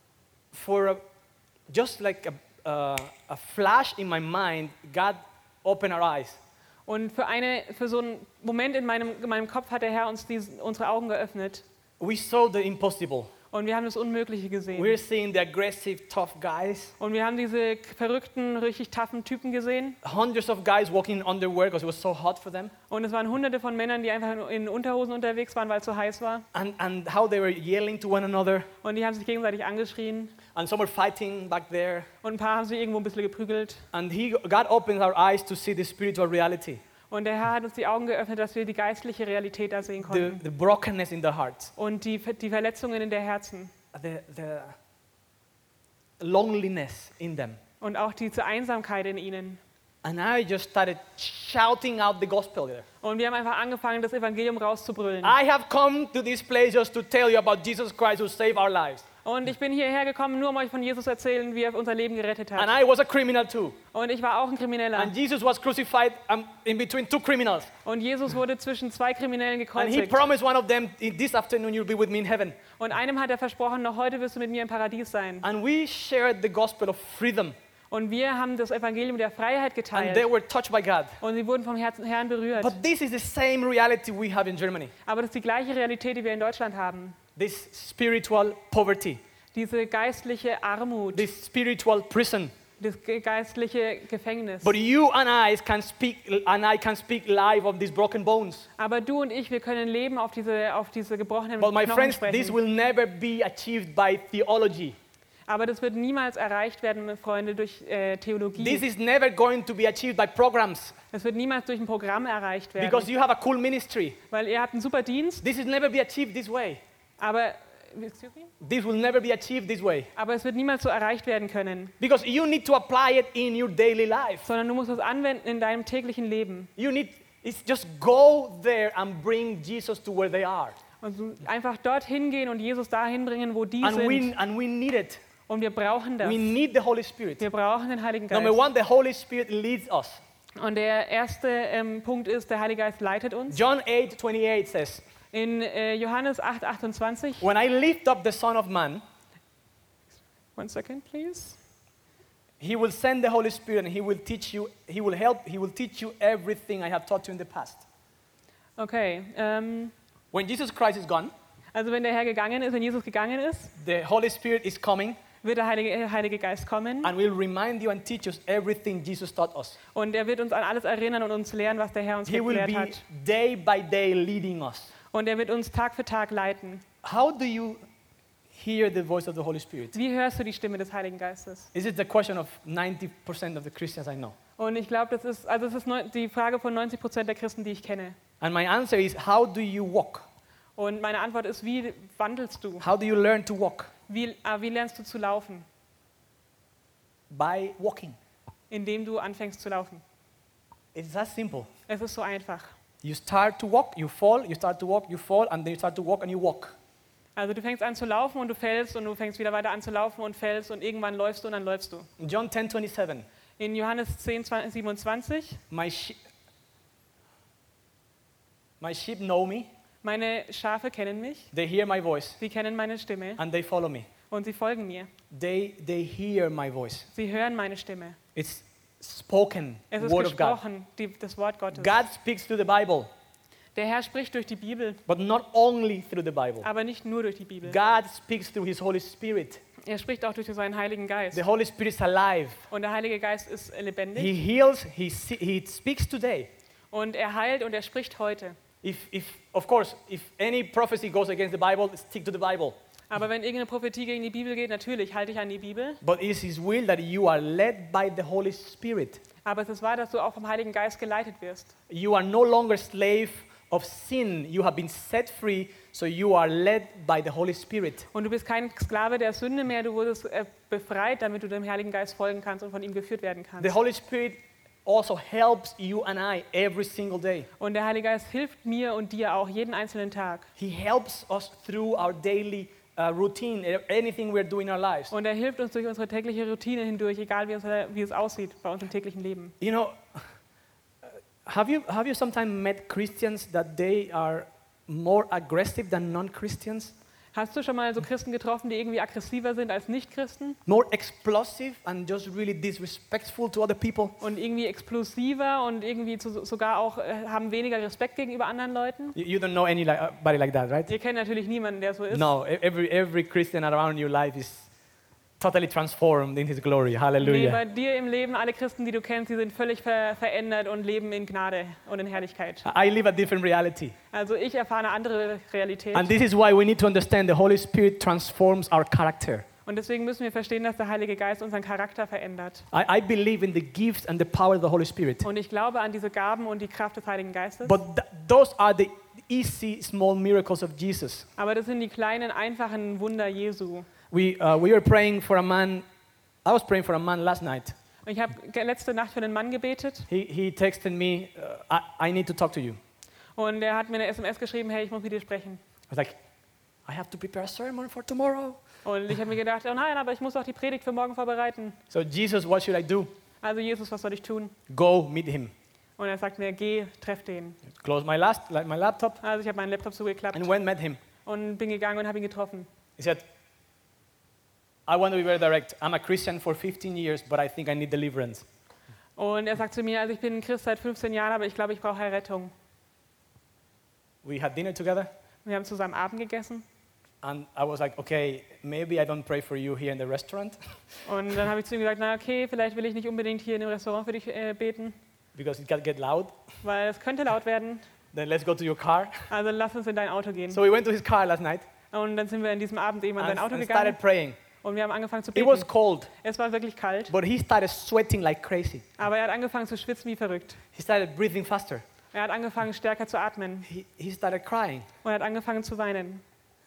just like a flash in my mind, God opened our eyes. Und für so einen Moment in meinem Kopf hat der Herr uns unsere Augen geöffnet. We saw the impossible. Und wir haben das Unmögliche gesehen. We're seeing the aggressive, tough guys. Und wir haben diese verrückten, richtig toughen Typen gesehen. Hundreds of guys walking in underwear because it was so hot for them. Und es waren hunderte von Männern, die einfach in Unterhosen unterwegs waren, weil es so heiß war. And how they were yelling to one another. Und die haben sich gegenseitig angeschrien. And some were fighting back there. Und ein paar haben sich irgendwo ein bisschen geprügelt. And God opened our eyes to see the spiritual reality. Und der Herr hat uns die Augen geöffnet, dass wir die geistliche Realität da sehen konnten. The brokenness in the heart. Und die Verletzungen in der Herzen. The loneliness in them. Und auch diese Einsamkeit in ihnen. And I just started shouting out the gospel there. Und wir haben einfach angefangen, das Evangelium rauszubrüllen. I have come to this place just to tell you about Jesus Christ who saved our lives. Und ich bin hierher gekommen, nur um euch von Jesus zu erzählen, wie er unser Leben gerettet And hat. I was a criminal too. Und ich war auch ein Krimineller. And Jesus was crucified in between 2 criminals. Und Jesus wurde zwischen 2 Kriminellen And he gekreuzigt. promised one of them, this afternoon you'll be with me in heaven. Und einem hat er versprochen, noch heute wirst du mit mir im Paradies sein. And we shared the gospel of freedom. Und wir haben das Evangelium der Freiheit And geteilt. they were touched by God. Und sie wurden vom Herrn berührt. But this is the same reality we have in Germany. Aber das ist die gleiche Realität, die wir in Deutschland haben. This spiritual poverty. Diese geistliche Armut, This spiritual prison. das geistliche Gefängnis. But you and I can speak live of these broken bones. Aber du und ich, wir können leben auf diese gebrochenen But my Knochen friends, this sprechen. will never be achieved by theology. Aber das wird niemals erreicht werden, Freunde, durch Theologie. This is never going to be achieved by programs. Das wird niemals durch ein Programm erreicht werden. Because you have a cool ministry. Weil ihr habt einen super Dienst, This will never be achieved this way. aber, excuse me? This will never be achieved this way. Aber es wird niemals so erreicht werden können. Because you need to apply it in your daily life. Sondern du musst es anwenden in deinem täglichen Leben. It's just go there and bring Jesus to where they are. Und du einfach dorthin gehen und Jesus dahin bringen, wo die And sind. we need it. Und wir brauchen das. We need the Holy Spirit. Wir brauchen den Heiligen Geist. Number 1, the Holy Spirit leads us. Und der erste Punkt ist, der Heilige Geist leitet uns. John 8:28 says, In Johannes 8:28. when I lift up the Son of Man, One second, please. he will send the Holy Spirit and he will teach you everything I have taught you in the past. Okay. When Jesus Christ is gone, Also wenn der Herr gegangen ist, wenn Jesus gegangen ist, the Holy Spirit is coming wird der Heilige Geist kommen and will remind you and teach us everything Jesus taught us. und er wird uns an alles erinnern und uns lehren, was der Herr uns He will geklärt be hat. day by day leading us. Und er wird uns Tag für Tag leiten. How do you hear the voice of the Holy Spirit? Wie hörst du die Stimme des Heiligen Geistes? This is the question of 90% of the Christians I know. Und ich glaube, das ist die Frage von 90% der Christen, die ich kenne. And my answer is, how do you walk? Und meine Antwort ist, wie wandelst du? How do you learn to walk? Wie lernst du zu laufen? By walking. Indem du anfängst zu laufen. It's that simple. Es ist so einfach. You start to walk, you fall, you start to walk, you fall, and then you start to walk and you walk. Also du fängst an zu laufen und du fällst und du fängst wieder weiter an zu laufen und fällst und irgendwann läufst du und dann läufst du. In John 10:27, In Johannes 10:27, my sheep know me, meine Schafe kennen mich, they hear my voice, sie kennen meine Stimme and they follow me. und sie folgen mir. They hear my voice. Sie hören meine Stimme. It's spoken Es ist word of God. gesprochen, das Wort Gottes. God speaks through the Bible, Der Herr spricht durch die Bibel, but not only through the Bible. aber nicht nur durch die Bibel. God speaks through His Holy Spirit. Er spricht auch durch seinen Heiligen Geist. The Holy Spirit is alive. Und der Heilige Geist ist lebendig He heals, he speaks today. und er heilt und er spricht heute. Of course, if any prophecy goes against the Bible, stick to the Bible. Aber wenn irgendeine Prophetie gegen die Bibel geht, natürlich halte ich an die Bibel. But it is His will that you are led by the Holy Spirit. Aber es ist wahr, dass du auch vom Heiligen Geist geleitet wirst. You are no longer slave of sin. You have been set free, so you are led by the Holy Spirit. Und du bist kein Sklave der Sünde mehr, du wurdest befreit, damit du dem Heiligen Geist folgen kannst und von ihm geführt werden kannst. The Holy Spirit also helps you and I every single day. Und der Heilige Geist hilft mir und dir auch jeden einzelnen Tag. He helps us through our daily routine, anything we're doing in our lives. Und er hilft uns durch unsere tägliche Routine hindurch, egal wie es aussieht bei uns im täglichen Leben. You know, have you sometimes met Christians that they are more aggressive than non-Christians? Hast du schon mal so Christen getroffen, die irgendwie aggressiver sind als Nicht-Christen? More explosive and just really disrespectful to other people? Und irgendwie explosiver und irgendwie sogar auch haben weniger Respekt gegenüber anderen Leuten? You don't know anybody like that, right? Ihr kennt natürlich niemanden, der so ist. No, every Christian around your life is totally transformed in His glory. Nee, Hallelujah. bei dir im Leben, alle Christen, die du kennst, die sind völlig verändert und leben in Gnade und in Herrlichkeit. I live a different reality. Also ich erfahre eine andere Realität. And this is why we need to understand the Holy Spirit transforms our character. Und deswegen müssen wir verstehen, dass der Heilige Geist unseren Charakter verändert. I believe in the gifts and the power of the Holy Spirit. Und ich glaube an diese Gaben und die Kraft des Heiligen Geistes. But those are the easy, small miracles of Jesus. Aber das sind die kleinen, einfachen Wunder Jesu. We were praying for a man. I was praying for a man last night. Und ich habe letzte Nacht für einen Mann gebetet He texted me, I need to talk to you. und er hat mir eine SMS geschrieben, hey, ich muss mit dir sprechen. I was like, I have to prepare a sermon for tomorrow. Und ich habe mir gedacht, oh nein, aber ich muss auch die Predigt für morgen vorbereiten. So Jesus, what should I do? Also Jesus, was soll ich tun? Go meet him. Und er sagt mir, geh, treff den. Close my laptop Also ich habe meinen Laptop zugeklappt and went met him. und bin gegangen und habe ihn getroffen. He said, I want to be very direct. I'm a Christian for 15 years, but I think I need deliverance. Und er sagt zu mir, also ich bin ein Christ seit 15 Jahren, aber ich glaube, ich brauche Errettung. We had dinner together, Wir haben zusammen Abend gegessen and I was like, okay, maybe I don't pray for you here in the restaurant und dann habe ich zu ihm gesagt, na okay, vielleicht will ich nicht unbedingt hier in dem Restaurant für dich beten, because it can get loud. weil es könnte laut werden. Then let's go to your car. Also lass uns in dein Auto gehen. So we went to his car last night Und dann sind wir in diesem Abend eben in sein Auto and gegangen started praying. und wir haben angefangen zu It was beten. cold, Es war wirklich kalt, but he started sweating like crazy. aber er hat angefangen zu schwitzen wie verrückt. He started breathing faster. Er hat angefangen stärker zu atmen He started crying. und er hat angefangen zu weinen.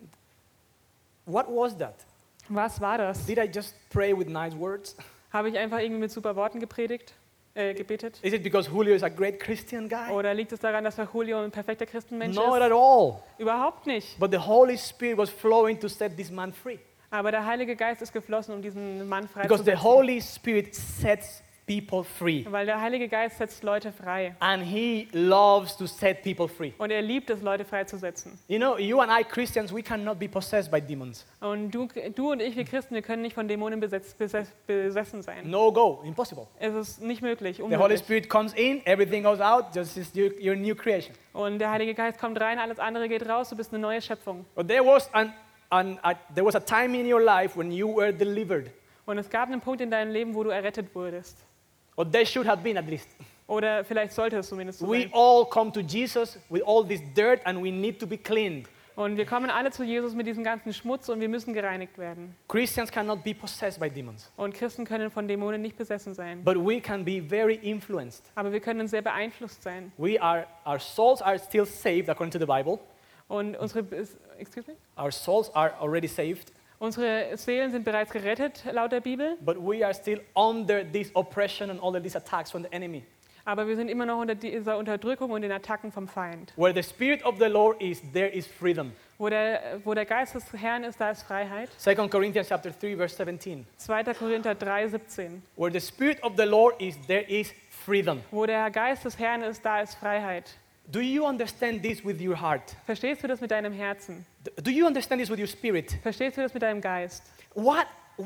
What was that? Was war das? Did I just pray with nice words? Habe ich einfach irgendwie mit super Worten gebetet? Is it because Julio is a great Christian guy? Oder liegt es daran, dass der Julio ein perfekter Christenmensch Not ist? at all. Überhaupt nicht. But the Holy Spirit was flowing to set this man free. Aber der Heilige Geist ist geflossen, um diesen Mann Because the freizusetzen. Holy Spirit sets people free. Weil der Heilige Geist setzt Leute frei. And He loves to set people free. Und er liebt es, Leute freizusetzen. You know, you and I Christians, we cannot be possessed by demons. Und du und ich, wir Christen, wir können nicht von Dämonen besessen sein. No go, impossible. Es ist nicht möglich, The Holy unmöglich. Spirit comes in, everything goes out, just is your new creation. Und der Heilige Geist kommt rein, alles andere geht raus, du bist eine neue Schöpfung. But there was there was a time in your life when you were delivered, Und es gab einen Punkt in deinem Leben, wo du errettet wurdest. or there should have been at least. Oder vielleicht sollte es zumindest so We sein. all come to Jesus with all this dirt and we need to be cleaned. Und wir kommen alle zu Jesus mit diesem ganzen Schmutz und wir müssen gereinigt werden. Christians cannot be possessed by demons, Und Christen können von Dämonen nicht besessen sein. but we can be very influenced. Aber wir können sehr beeinflusst sein. Our souls are still saved according to the Bible. Und excuse me? Our souls are already saved, Unsere Seelen sind bereits gerettet, laut der Bibel. but we are still under this oppression and all of these attacks from the enemy. Aber wir sind immer noch unter dieser Unterdrückung und den Attacken vom Feind. Where the Spirit of the Lord is, there is freedom. Wo der Geist des Herrn ist, da ist Freiheit. 2 Corinthians chapter 3, verse 17. 2. Korinther 3, 17. Where the Spirit of the Lord is, there is freedom. Wo der Geist des Herrn ist, da ist Freiheit. Do you understand this with your heart? Verstehst du das mit deinem Herzen? Do you understand this with your spirit? Verstehst du das mit deinem Geist? What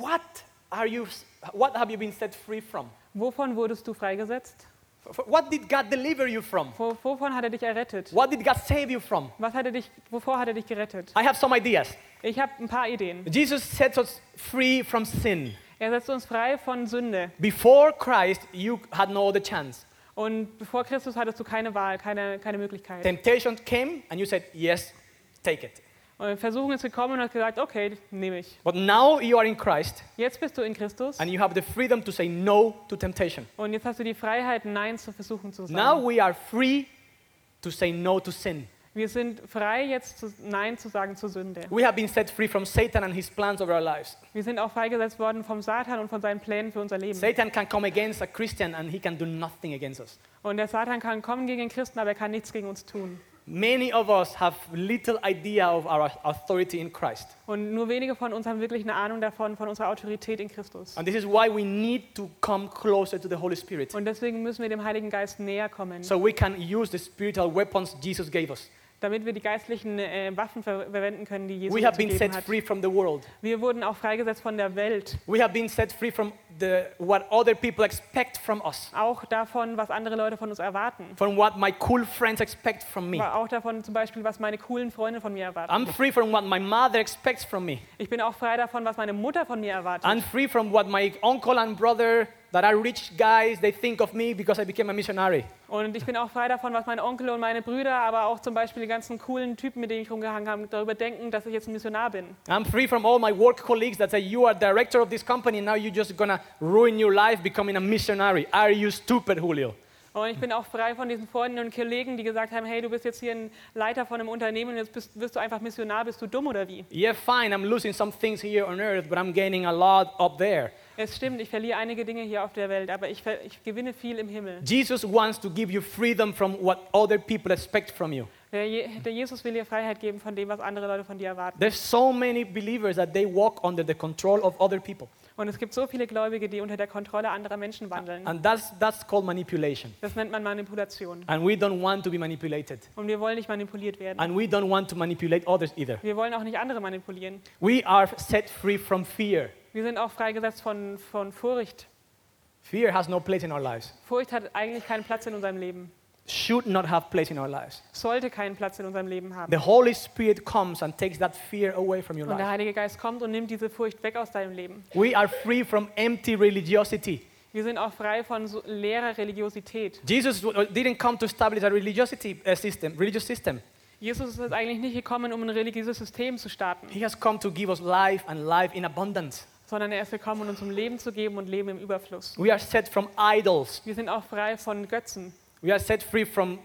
have you been set free from? Wovon wurdest du freigesetzt? What did God deliver you from? Wovon hat er dich errettet? What did God save you from? Wovor hat er dich gerettet? I have some ideas. Ich habe ein paar Ideen. Jesus sets us free from sin. Er setzt uns frei von Sünde. Before Christ, you had no other chance. Und bevor Christus hattest du keine Wahl, keine Möglichkeit. Temptation came and you said, yes, take it. Und Versuchung ist gekommen und hat gesagt, okay, nehme ich. But now you are in Christ Jetzt bist du in Christus and you have the freedom to say no to temptation. und jetzt hast du die Freiheit, Nein zur Versuchung zu Now sagen. we are free to say no to sin. Wir sind frei, jetzt Nein zu sagen zur Sünde. We have been set free from Satan and his plans over our lives. Wir sind auch freigesetzt worden vom Satan und von seinen Plänen für unser Leben. Satan can come against a Christian and he can do nothing against us. Und der Satan kann kommen gegen den Christen, aber er kann nichts gegen uns tun. Many of us have little idea of our authority in Christ. Und nur wenige von uns haben wirklich eine Ahnung davon, von unserer Autorität in Christus. And this is why we need to come closer to the Holy Spirit, Und deswegen müssen wir dem Heiligen Geist näher kommen, so we can use the spiritual weapons Jesus gave us. damit wir die geistlichen Waffen verwenden können, die Jesus We have uns been gegeben set hat. free from the world. Wir wurden auch freigesetzt von der Welt, We have been set free from what other people expect from us, auch davon, was andere Leute von uns erwarten. from what my cool friends expect from me. Aber auch davon zum Beispiel, was meine coolen Freunde von mir erwarten. I'm free from what my mother expects from me. Ich bin auch frei davon, was meine Mutter von mir erwartet. I'm free from what my uncle and brother that are rich guys, they think of me because I became a missionary. Und ich bin auch frei davon, was mein Onkel und meine Brüder, aber auch zum Beispiel die ganzen coolen Typen, mit denen ich rumgehangen habe, darüber denken, dass ich jetzt ein Missionar bin. I'm free from all my work colleagues that say, you are director of this company, now you're just gonna ruin your life becoming a missionary. Are you stupid, Julio? Und ich bin auch frei von diesen Freunden und Kollegen, die gesagt haben, hey, du bist jetzt hier ein Leiter von einem Unternehmen und jetzt wirst du einfach Missionar, bist du dumm oder wie? Yeah, fine, I'm losing some things here on earth, but I'm gaining a lot up there. Es stimmt, ich verliere einige Dinge hier auf der Welt, aber ich gewinne viel im Himmel. Jesus wants to give you freedom from what other people expect from you. Der Jesus will dir Freiheit geben von dem, was andere Leute von dir erwarten. There's so many believers that they walk under the control of other people. Und es gibt so viele Gläubige, die unter der Kontrolle anderer Menschen wandeln. And that's called manipulation. Das nennt man Manipulation. And we don't want to be manipulated. Und wir wollen nicht manipuliert werden. And we don't want to manipulate others either. Wir wollen auch nicht andere manipulieren. We are set free from fear. Wir sind auch freigesetzt von Furcht. Fear has no place in our lives. Furcht hat eigentlich keinen Platz in unserem Leben. Should not have place in our lives. Sollte keinen Platz in unserem Leben haben. The Holy Spirit comes and takes that fear away from your Und der life. Heilige Geist kommt und nimmt diese Furcht weg aus deinem Leben. We are free from empty religiosity. Wir sind auch frei von so leerer Religiosität. Jesus didn't come to establish a religious system. Jesus ist eigentlich nicht gekommen, um ein religiöses System zu starten, He has come to give us life and life in abundance. sondern er ist gekommen, um uns Leben zu geben und Leben im Überfluss. We are set from idols. Wir sind auch frei von Götzen. We are set free from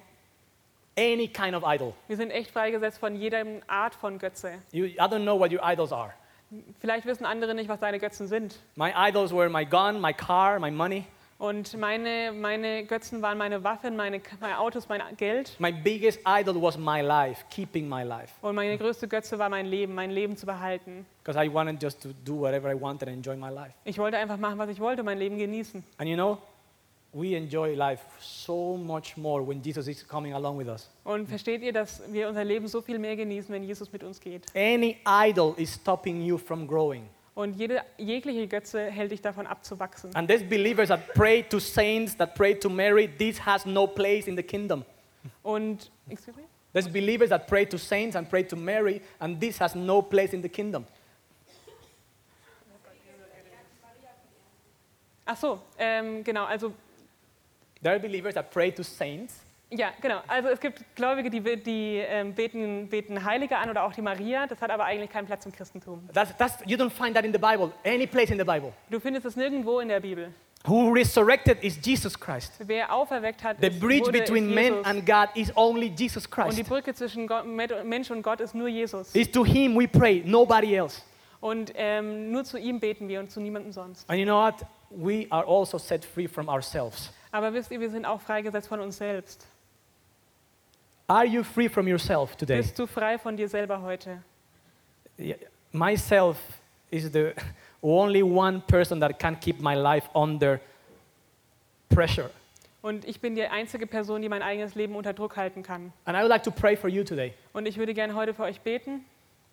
any kind of idol. Wir sind echt freigesetzt von jeder Art von Götze. I don't know what your idols are. Vielleicht wissen andere nicht, was deine Götzen sind. My idols were my gun, my car, my money. Und meine Götzen waren meine Waffen, meine Autos, mein Geld. My biggest idol was my life, keeping my life. Und meine größte Götze war mein Leben zu behalten. Because I wanted just to do whatever I wanted and enjoy my life. Ich wollte einfach machen, was ich wollte, mein Leben genießen. And you know, we enjoy life so much more when Jesus is coming along with us. Und versteht ihr, dass wir unser Leben so viel mehr genießen, wenn Jesus mit uns geht? Any idol is stopping you from growing. Und jegliche Götze hält dich davon ab zu wachsen. And there's believers that pray to saints, that pray to Mary. This has no place in the kingdom. Und excuse me? There's believers that pray to saints and pray to Mary, and this has no place in the kingdom. Ach so, genau, also There are believers that pray to saints, ja, genau. Also es gibt Gläubige, die beten Heilige an oder auch die Maria. Das hat aber eigentlich keinen Platz im Christentum. you don't find that in the Bible, any place in the Bible. Du findest es nirgendwo in der Bibel. Who resurrected is Jesus Christ. Wer auferweckt hat, The bridge wurde between ist man Jesus. and God is only Jesus Und die Christ. Brücke zwischen Mensch und Gott ist nur Jesus. It's to him we pray, nobody else. Und nur zu ihm beten wir und zu niemandem sonst. And you know what? We are also set free from ourselves. Aber wisst ihr, wir sind auch freigesetzt von uns selbst. Are you free from yourself today? Bist du frei von dir selber heute? Yeah, myself is the only one person that can keep my life under pressure. Und ich bin die einzige Person, die mein eigenes Leben unter Druck halten kann. And I would like to pray for you today. Und ich würde gerne heute für euch beten.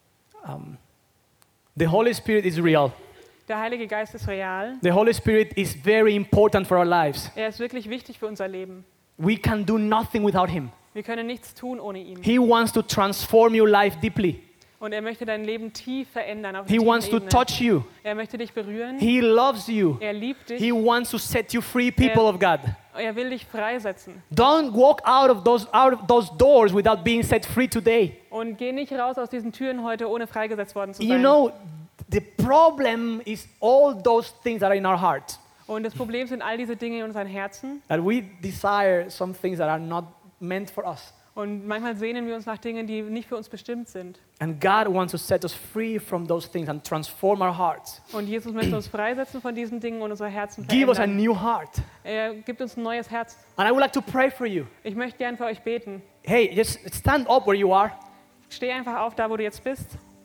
The Holy Spirit is real. Der Heilige Geist ist real. The Holy Spirit is very important for our lives. Er ist wirklich wichtig für unser Leben. We can do nothing without him. Wir können nichts tun ohne ihn. He wants to transform your life deeply. Und er möchte dein Leben tief verändern. Auf He tiefen wants to Ebene. touch you. Er möchte dich berühren. He loves you. Er liebt dich. He wants to set you free, people of God. Er will dich freisetzen. Don't walk out of those doors without being set free today. Und geh nicht raus aus diesen Türen heute, ohne freigesetzt worden zu You sein. know, the problem is all those things that are in our heart. Und das Problem sind all diese Dinge in unseren Herzen. That we desire some things that are not meant for us. Und manchmal sehnen wir uns nach Dingen, die nicht für uns bestimmt sind. And God wants to set us free from those things and transform our hearts. Und Jesus möchte uns freisetzen von diesen Dingen und unsere Herzen Give us a verändern. new heart. Er gibt uns ein neues Herz. And I would like to pray for you. Ich möchte gern für euch beten. Hey, just stand up where you are. Steh einfach auf, da wo du jetzt bist.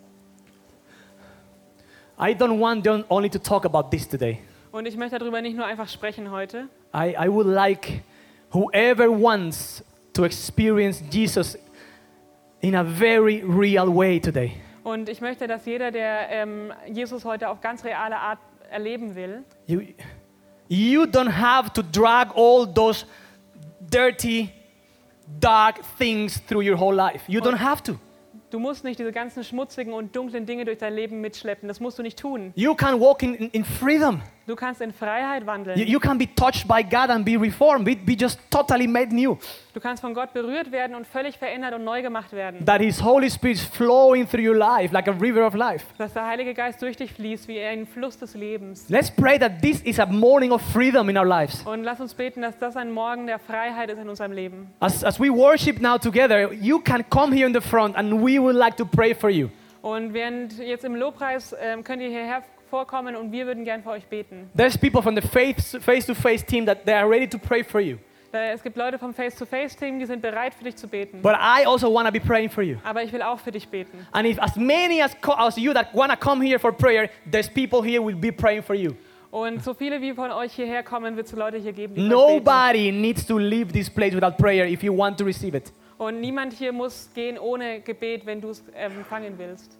I don't want only to talk about this today. Und ich möchte darüber nicht nur einfach sprechen heute. I would like whoever wants to experience Jesus in a very real way today. Und ich möchte, dass jeder, der Jesus heute auf ganz reale Art erleben will, You don't have to drag all those dirty, dark things through your whole life. You don't have to. du musst nicht diese ganzen schmutzigen und dunklen Dinge durch dein Leben mitschleppen. Das musst du nicht tun. You can walk in freedom. Du kannst in Freiheit wandeln. You can be touched by God and be reformed. Be just totally made new. Du kannst von Gott berührt werden und völlig verändert und neu gemacht werden. That His Holy Spirit is flowing through your life like a river of life. Dass der Heilige Geist durch dich fließt wie ein Fluss des Lebens. Let's pray that this is a morning of freedom in our lives. Und lass uns beten, dass das ein Morgen der Freiheit ist in unserem Leben. As we worship now together, you can come here in the front and we would like to pray for you. Und während jetzt im Lobpreis könnt ihr hierher vorkommen und wir würden gern für euch beten. There's people from the face-to-face team that they are ready to pray for you. Es gibt Leute vom Face-to-Face-Team, die sind bereit für dich zu beten. But I also want to be praying for you. Aber ich will auch für dich beten. And if as many as you that want to come here for prayer, there's people here will be praying for you. Und so viele wie von euch hierher kommen, wird es Leute hier geben, die für euch beten. Nobody needs to leave this place without prayer if you want to receive it. Und niemand hier muss gehen ohne Gebet, wenn du es empfangen willst.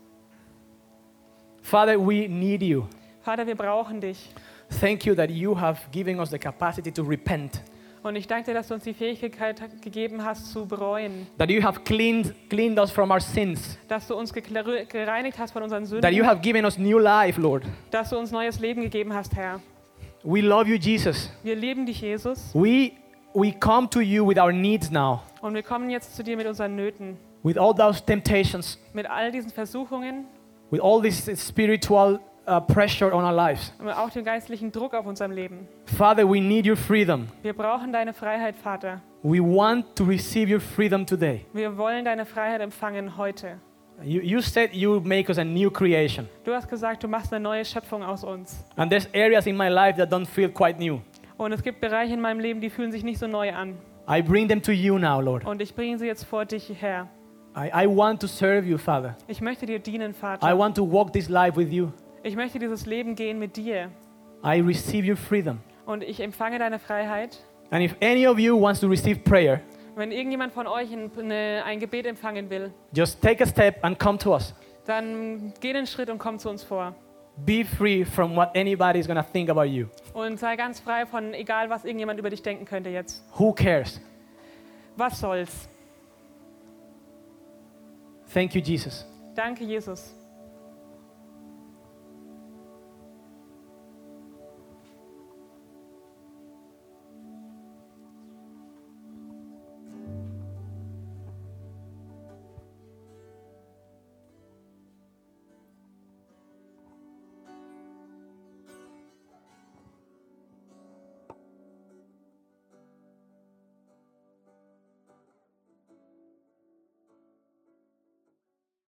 Father, we need you. Vater, wir brauchen dich. Thank you that you have given us the capacity to repent. Und ich danke dir, dass du uns die Fähigkeit gegeben hast, zu bereuen. That you have cleaned us from our sins. Dass du uns gereinigt hast von unseren That you Sünden. have given us new life, Lord. Dass du uns neues Leben gegeben hast, Herr. We love you, Jesus. Wir lieben dich, Jesus. We come to you with our needs now. Und wir kommen jetzt zu dir mit unseren Nöten. With all those temptations. Mit all diesen Versuchungen. With all this spiritual pressure on our lives. Und auch dem geistlichen Druck auf unserem Leben. Father, we need your freedom. Wir brauchen deine Freiheit, Vater. We want to receive your freedom today. Wir wollen deine Freiheit empfangen heute. You said you would make us a new creation. Du hast gesagt, du machst eine neue Schöpfung aus uns. And there's areas in my life that don't feel quite new. Und es gibt Bereiche in meinem Leben, die fühlen sich nicht so neu an. I bring them to you now, Lord. Und ich bringe sie jetzt vor dich her. I want to serve you, Father. Ich möchte dir dienen, I Vater. want to walk this life with you. Ich möchte dieses Leben gehen mit dir. I receive your freedom. Und ich empfange deine Freiheit. And if any of you wants to receive prayer, Wenn irgendjemand von euch ein Gebet empfangen will, just take a step and come to us. dann geh den Schritt und komm zu uns vor. Be free from what anybody is going to think about you. Und sei ganz frei von egal, was irgendjemand über dich denken könnte jetzt. Who cares? Was soll's? Thank you, Jesus. Danke, Jesus.